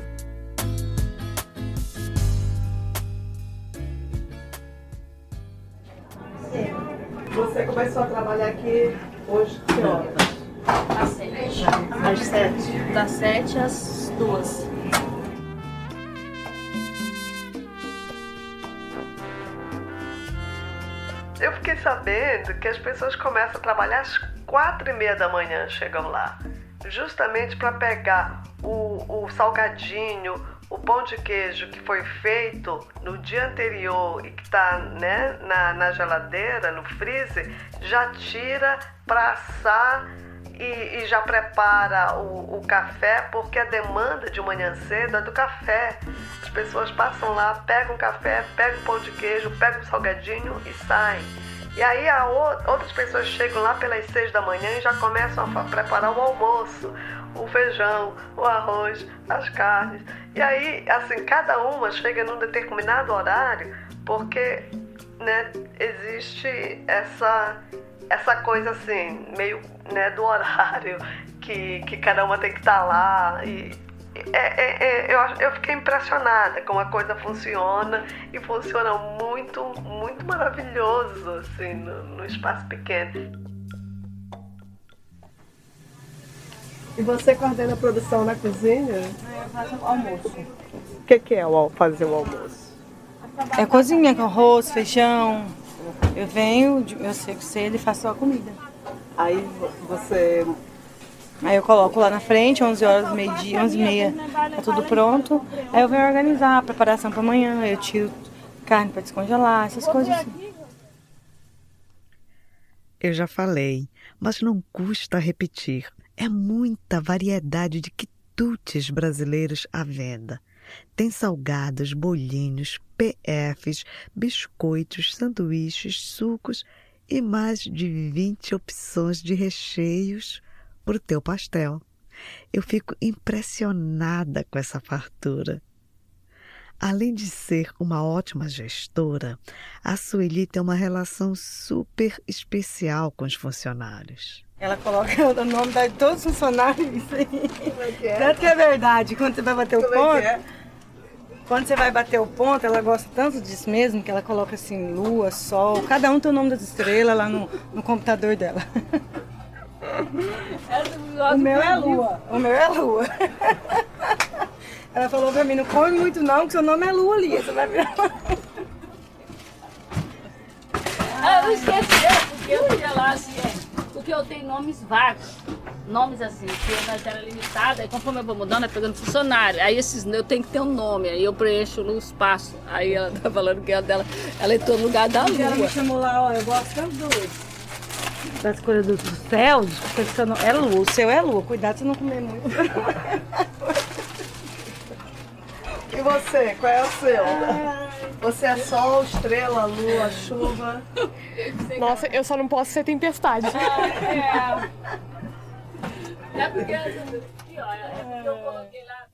Você começou a trabalhar aqui hoje que horas? Às sete. Às sete? Das sete às duas. Eu fiquei sabendo que as pessoas começam a trabalhar às quatro e meia da manhã, chegam lá, justamente para pegar o, o salgadinho, o pão de queijo que foi feito no dia anterior e que está, né, na, na geladeira, no freezer, já tira para assar e, e já prepara o, o café, porque a demanda de manhã cedo é do café. As pessoas passam lá, pegam o café, pegam o pão de queijo, pegam o salgadinho e saem. E aí a o, outras pessoas chegam lá pelas seis da manhã e já começam a preparar o almoço, o feijão, o arroz, as carnes. E aí, assim, cada uma chega num determinado horário, porque, né, existe essa, essa coisa assim, meio, né, do horário, que, que cada uma tem que estar lá. E é, é, é, eu, eu fiquei impressionada como a coisa funciona, e funciona muito, muito maravilhoso, assim, no, no espaço pequeno. E você coordena a produção na cozinha? Eu faço o almoço. O que, que é o, fazer o almoço? É cozinha com arroz, feijão. Eu venho, eu sei que cedo e faço a comida. Aí você... Aí eu coloco lá na frente, onze horas, meio-dia, onze e meia, tá tudo pronto. Aí eu venho organizar a preparação para amanhã, eu tiro carne para descongelar, essas coisas assim. Eu já falei, mas não custa repetir. É muita variedade de quitutes brasileiros à venda. Tem salgados, bolinhos, P Fs, biscoitos, sanduíches, sucos e mais de vinte opções de recheios para o teu pastel. Eu fico impressionada com essa fartura. Além de ser uma ótima gestora, a Sueli tem uma relação super especial com os funcionários. Ela coloca o nome de todos os funcionários. Como é que é? Tanto que é verdade, quando você vai bater o Como ponto, é que é? quando você vai bater o ponto, ela gosta tanto disso mesmo, que ela coloca assim, lua, sol, cada um tem o nome das estrelas lá no, no computador dela. O meu é lua, o meu é lua. Ela falou pra mim, não come muito não, que seu nome é Lua ali, você vai virar... Ah, eu esqueci, porque eu tinha lá assim, é, porque eu tenho nomes vagos, nomes assim, que nós era limitada, aí conforme eu vou mudando, é pegando funcionário, aí esses, eu tenho que ter um nome, aí eu preencho no espaço, aí ela tá falando que ela dela, ela entrou no lugar da Lua. Ela me chamou lá, ó, eu gosto tanto do, das coisas do, do céu, porque seu nome é Lua, o seu é Lua, cuidado se não comer muito. E você, qual é o seu? Você é sol, estrela, lua, chuva? Nossa, eu só não posso ser tempestade. Ah, é. É porque, aqui, ó, é porque eu coloquei lá.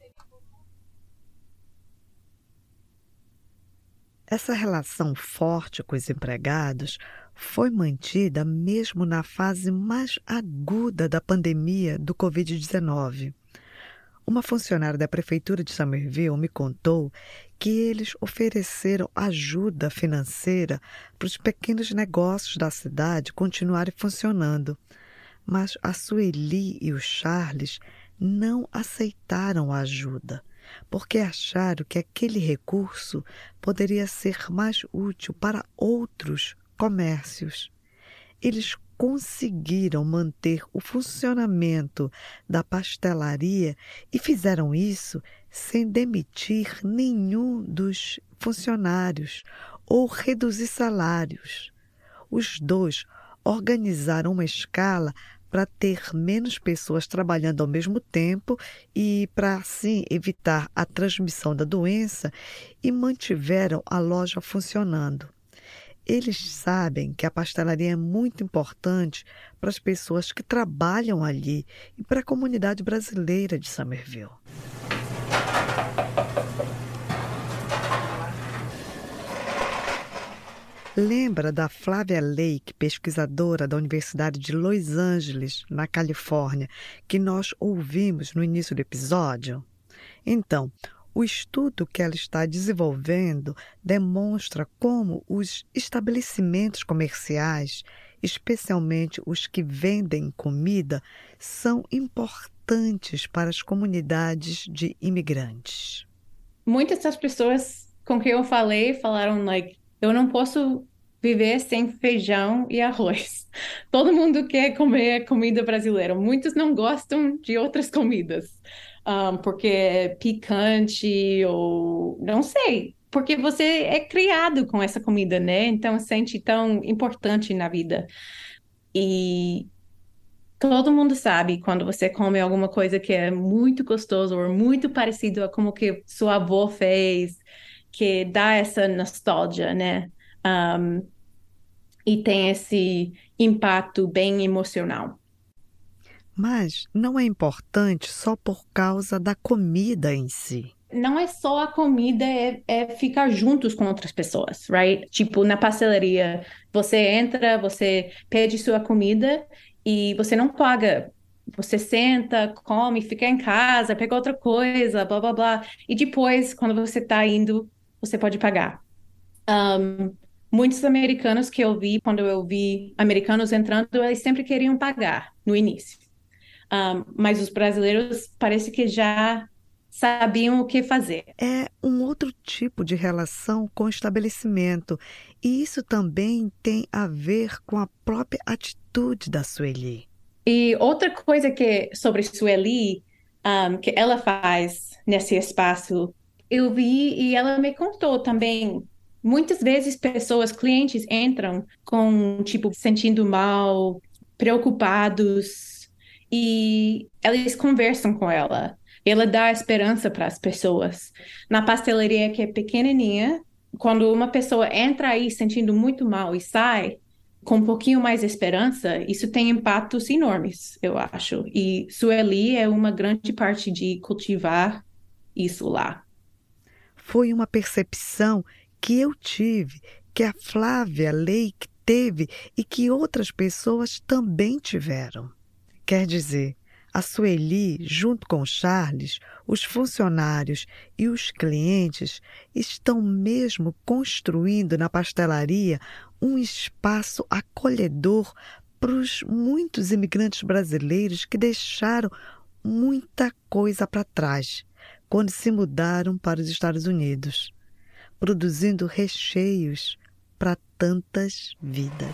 Essa relação forte com os empregados foi mantida mesmo na fase mais aguda da pandemia do covid dezenove. Uma funcionária da Prefeitura de Summerville me contou que eles ofereceram ajuda financeira para os pequenos negócios da cidade continuarem funcionando. Mas a Sueli e o Charles não aceitaram a ajuda, porque acharam que aquele recurso poderia ser mais útil para outros comércios. Eles conseguiram manter o funcionamento da pastelaria e fizeram isso sem demitir nenhum dos funcionários ou reduzir salários. Os dois organizaram uma escala para ter menos pessoas trabalhando ao mesmo tempo e para, assim, evitar a transmissão da doença, e mantiveram a loja funcionando. Eles sabem que a pastelaria é muito importante para as pessoas que trabalham ali e para a comunidade brasileira de Summerville. Lembra da Flávia Lake, pesquisadora da Universidade de Los Angeles, na Califórnia, que nós ouvimos no início do episódio? Então, o estudo que ela está desenvolvendo demonstra como os estabelecimentos comerciais, especialmente os que vendem comida, são importantes para as comunidades de imigrantes. Muitas das pessoas com quem eu falei falaram, like, eu não posso viver sem feijão e arroz. Todo mundo quer comer comida brasileira. Muitos não gostam de outras comidas, um, porque é picante ou não sei. Porque você é criado com essa comida, né? Então sente tão importante na vida. E todo mundo sabe quando você come alguma coisa que é muito gostoso ou muito parecido a como que sua avó fez, que dá essa nostalgia, né? Um, e tem esse impacto bem emocional. Mas não é importante só por causa da comida em si. Não é só a comida, é, é ficar juntos com outras pessoas, right? Tipo, na pastelaria, você entra, você pede sua comida e você não paga. Você senta, come, fica em casa, pega outra coisa, blá, blá, blá. E depois, quando você está indo, você pode pagar. Um, muitos americanos que eu vi, quando eu vi americanos entrando, eles sempre queriam pagar no início. Um, mas os brasileiros parece que já sabiam o que fazer. É um outro tipo de relação com o estabelecimento. E isso também tem a ver com a própria atitude da Sueli. E outra coisa que sobre Sueli, um, que ela faz nesse espaço, eu vi e ela me contou também. Muitas vezes pessoas, clientes entram com, tipo, sentindo mal, preocupados, e eles conversam com ela. Ela dá esperança para as pessoas. Na pastelaria que é pequenininha, quando uma pessoa entra aí sentindo muito mal e sai com um pouquinho mais de esperança, isso tem impactos enormes, eu acho. E Sueli é uma grande parte de cultivar isso lá. Foi uma percepção que eu tive, que a Flávia Lake teve e que outras pessoas também tiveram. Quer dizer, a Sueli, junto com o Charles, os funcionários e os clientes, estão mesmo construindo na pastelaria um espaço acolhedor para os muitos imigrantes brasileiros que deixaram muita coisa para trás quando se mudaram para os Estados Unidos, produzindo recheios para tantas vidas.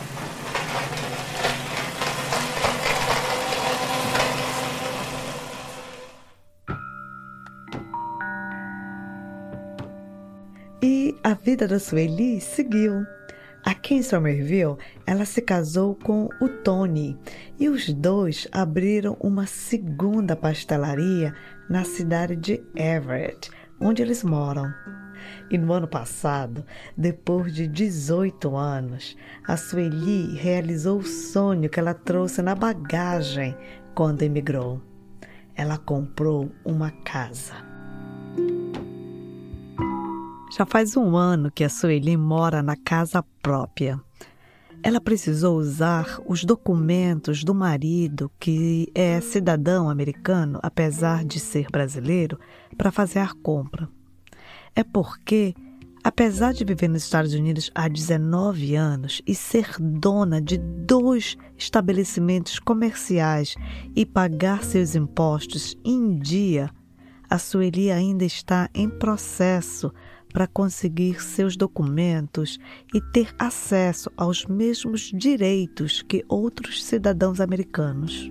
E a vida da Sueli seguiu. Aqui em Somerville, ela se casou com o Tony e os dois abriram uma segunda pastelaria na cidade de Everett, onde eles moram. E no ano passado, depois de dezoito anos, a Sueli realizou o sonho que ela trouxe na bagagem quando emigrou. Ela comprou uma casa. Já faz um ano que a Sueli mora na casa própria. Ela precisou usar os documentos do marido, que é cidadão americano, apesar de ser brasileiro, para fazer a compra. É porque, apesar de viver nos Estados Unidos há dezenove anos e ser dona de dois estabelecimentos comerciais e pagar seus impostos em dia, a Sueli ainda está em processo para conseguir seus documentos e ter acesso aos mesmos direitos que outros cidadãos americanos.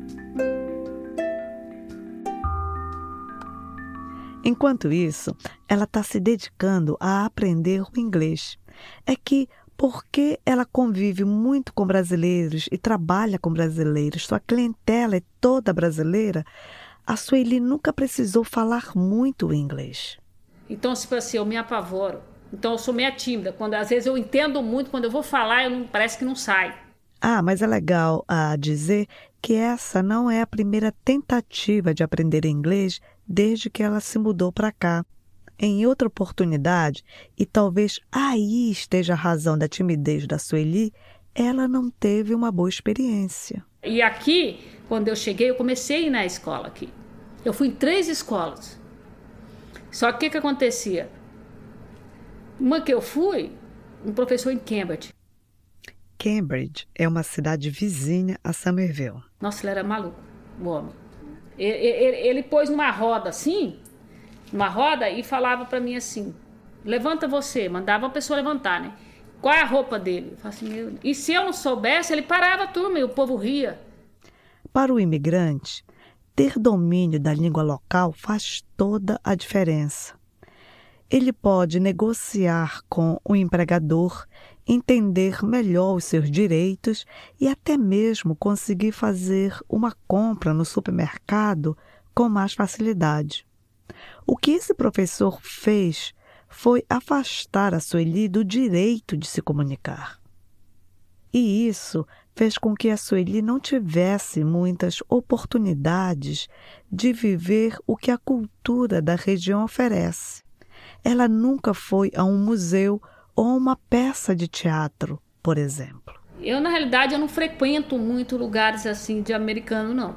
Enquanto isso, ela está se dedicando a aprender o inglês. É que, porque ela convive muito com brasileiros e trabalha com brasileiros, sua clientela é toda brasileira, a Sueli nunca precisou falar muito o inglês. Então, tipo assim, eu me apavoro. Então, eu sou meio tímida. Quando, às vezes eu entendo muito, quando eu vou falar, eu não, parece que não sai. Ah, mas é legal ah, dizer que essa não é a primeira tentativa de aprender inglês desde que ela se mudou para cá. em outra oportunidade, e talvez aí esteja a razão da timidez da Sueli, ela não teve uma boa experiência. E aqui, quando eu cheguei, eu comecei a ir na escola aqui. Eu fui em três escolas. Só que o que, que acontecia? Uma que eu fui, um professor em Cambridge. Cambridge é uma cidade vizinha a Somerville. Nossa, ele era maluco, o homem. Ele, ele, ele pôs numa roda assim, numa roda, e falava para mim assim, levanta você, mandava a pessoa levantar, né? Qual é a roupa dele? Eu falava assim, meu... E se eu não soubesse, ele parava a turma e o povo ria. Para o imigrante, ter domínio da língua local faz toda a diferença. Ele pode negociar com o empregador, entender melhor os seus direitos e até mesmo conseguir fazer uma compra no supermercado com mais facilidade. O que esse professor fez foi afastar a Sueli do direito de se comunicar. E isso fez com que a Sueli não tivesse muitas oportunidades de viver o que a cultura da região oferece. Ela nunca foi a um museu ou uma peça de teatro, por exemplo. Eu, na realidade, eu não frequento muito lugares assim de americano, não.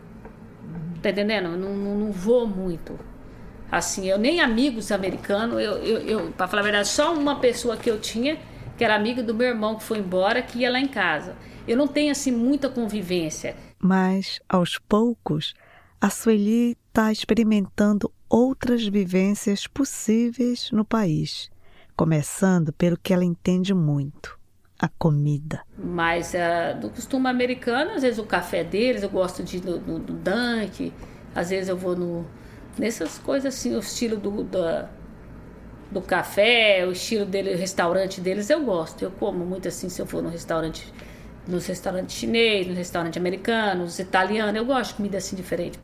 Tá entendendo? Eu não, não, não vou muito. Assim, eu nem amigos americanos, eu, eu, eu, pra falar a verdade, só uma pessoa que eu tinha, que era amiga do meu irmão que foi embora, que ia lá em casa. Eu não tenho, assim, muita convivência. Mas, aos poucos, a Sueli está experimentando outras vivências possíveis no país, começando pelo que ela entende muito, a comida. Mas uh, do costume americano, às vezes o café deles, eu gosto de ir no, no, no Dunk, às vezes eu vou no, nessas coisas assim, o estilo do, do, do café, o estilo dele, o restaurante deles, eu gosto. Eu como muito assim, se eu for no restaurante, nos restaurantes chineses, nos restaurantes americanos, italianos, eu gosto de comida assim diferente.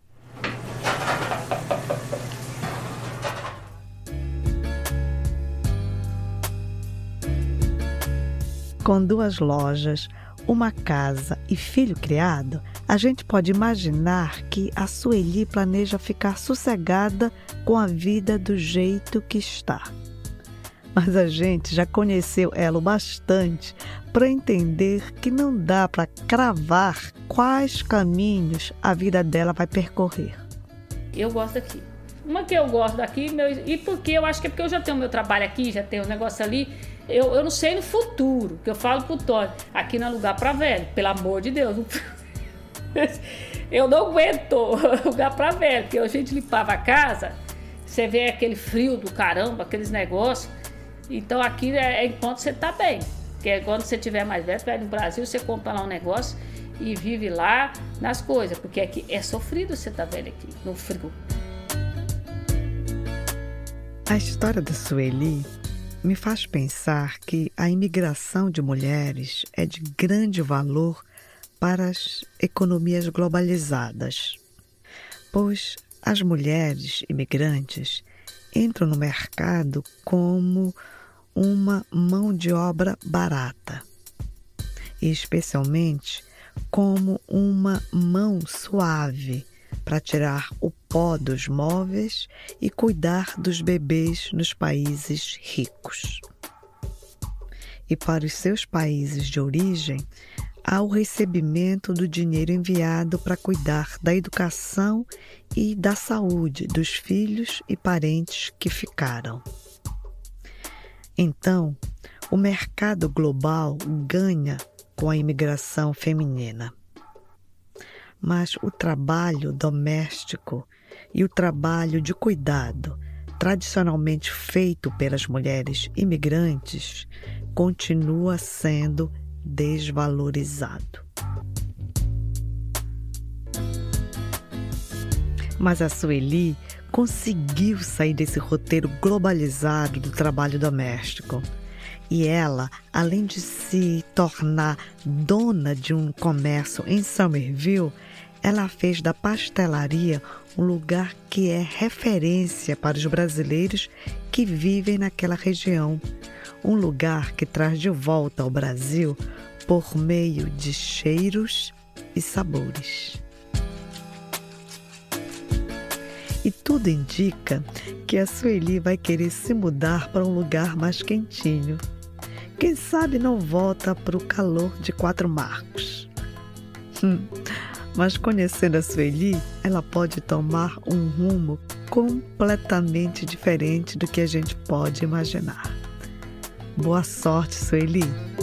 Com duas lojas, uma casa e filho criado, a gente pode imaginar que a Sueli planeja ficar sossegada com a vida do jeito que está. Mas a gente já conheceu ela o bastante para entender que não dá para cravar quais caminhos a vida dela vai percorrer. Eu gosto daqui. Uma que eu gosto daqui, meu, e porque eu acho que é porque eu já tenho meu trabalho aqui, já tenho um negócio ali. Eu, eu não sei no futuro, que eu falo pro Tony, aqui não é lugar pra velho, pelo amor de Deus. Eu não aguento lugar pra velho, porque a gente limpava a casa, você vê aquele frio do caramba, aqueles negócios. Então aqui é, é enquanto você tá bem. Porque quando você tiver mais velho, você vai no Brasil, você compra lá um negócio e vive lá nas coisas. Porque aqui é sofrido você tá velho aqui, no frio. A história da Sueli me faz pensar que a imigração de mulheres é de grande valor para as economias globalizadas, pois as mulheres imigrantes entram no mercado como uma mão de obra barata, e especialmente como uma mão suave para tirar o pó dos móveis e cuidar dos bebês nos países ricos. E para os seus países de origem, há o recebimento do dinheiro enviado para cuidar da educação e da saúde dos filhos e parentes que ficaram. Então, o mercado global ganha com a imigração feminina. Mas o trabalho doméstico e o trabalho de cuidado, tradicionalmente feito pelas mulheres imigrantes, continua sendo desvalorizado. Mas a Sueli conseguiu sair desse roteiro globalizado do trabalho doméstico. E ela, além de se tornar dona de um comércio em Somerville, ela fez da pastelaria um lugar que é referência para os brasileiros que vivem naquela região. Um lugar que traz de volta ao Brasil por meio de cheiros e sabores. E tudo indica que a Sueli vai querer se mudar para um lugar mais quentinho. Quem sabe não volta para o calor de Quatro Marcos. Hum, mas conhecendo a Sueli, ela pode tomar um rumo completamente diferente do que a gente pode imaginar. Boa sorte, Sueli!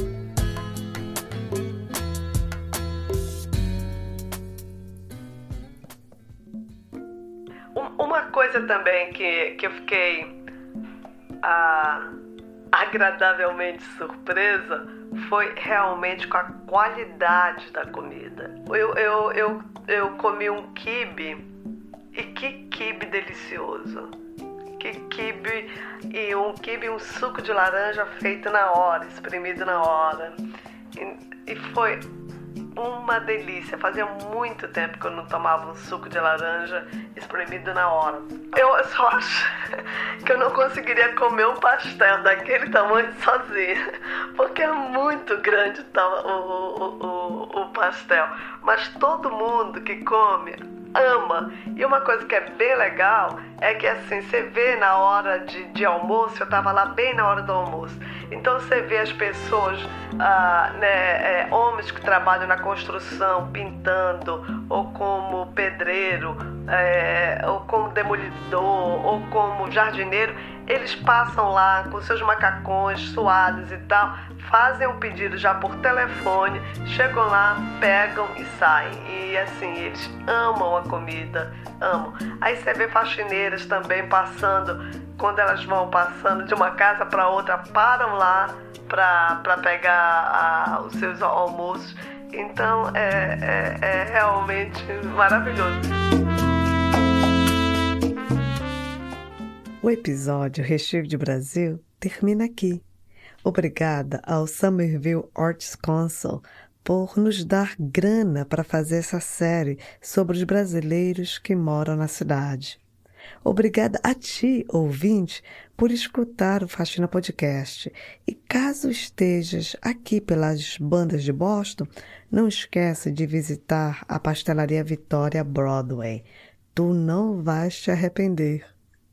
Uma coisa também que, que eu fiquei ah, agradavelmente surpresa foi realmente com a qualidade da comida. Eu, eu, eu, eu comi um quibe, e que quibe delicioso! Que quibe, e um quibe e um suco de laranja feito na hora, espremido na hora. E, e foi uma delícia. Fazia muito tempo que eu não tomava um suco de laranja espremido na hora. Eu só acho que eu não conseguiria comer um pastel daquele tamanho sozinha, porque é muito grande o, o, o, o pastel. Mas todo mundo que come ama. E uma coisa que é bem legal é que assim, você vê na hora de, de almoço, eu estava lá bem na hora do almoço, então você vê as pessoas, ah, né, é, homens que trabalham na construção, pintando, ou como pedreiro, é, ou como demolidor, ou como jardineiro, eles passam lá com seus macacões suados e tal, fazem um pedido já por telefone, chegam lá, pegam e saem. E assim, eles amam a comida, amam. Aí você vê faxineiras também passando, quando elas vão passando de uma casa para outra, param lá para pegar a, os seus almoços. Então é, é, é realmente maravilhoso. O episódio Recheio de Brasil termina aqui. Obrigada ao Somerville Arts Council por nos dar grana para fazer essa série sobre os brasileiros que moram na cidade. Obrigada a ti, ouvinte, por escutar o Faxina Podcast. E caso estejas aqui pelas bandas de Boston, não esqueça de visitar a Pastelaria Vitória Broadway. Tu não vais te arrepender.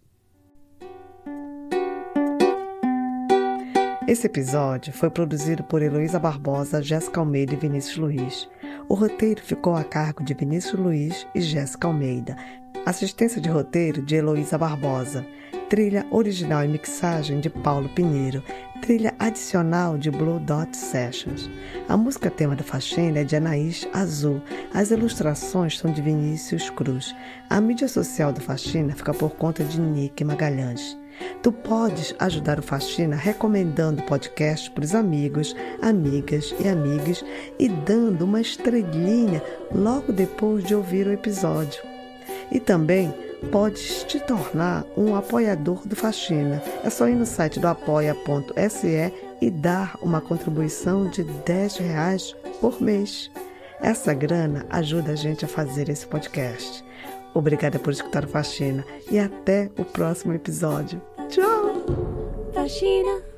Esse episódio foi produzido por Heloísa Barbosa, Jéssica Almeida e Vinícius Luiz. O roteiro ficou a cargo de Vinícius Luiz e Jéssica Almeida. Assistência de roteiro de Heloísa Barbosa. Trilha original e mixagem de Paulo Pinheiro. Trilha adicional de Blue Dot Sessions. A música tema da Faxina é de Anaís Azul. As ilustrações são de Vinícius Cruz. A mídia social do Faxina fica por conta de Nick Magalhães. Tu podes ajudar o Faxina recomendando o podcast para os amigos, amigas e amigas e dando uma estrelinha logo depois de ouvir o episódio. E também podes te tornar um apoiador do Faxina. É só ir no site do apoia ponto se e dar uma contribuição de dez reais por mês. Essa grana ajuda a gente a fazer esse podcast. Obrigada por escutar o Faxina e até o próximo episódio. Tchau! Faxina.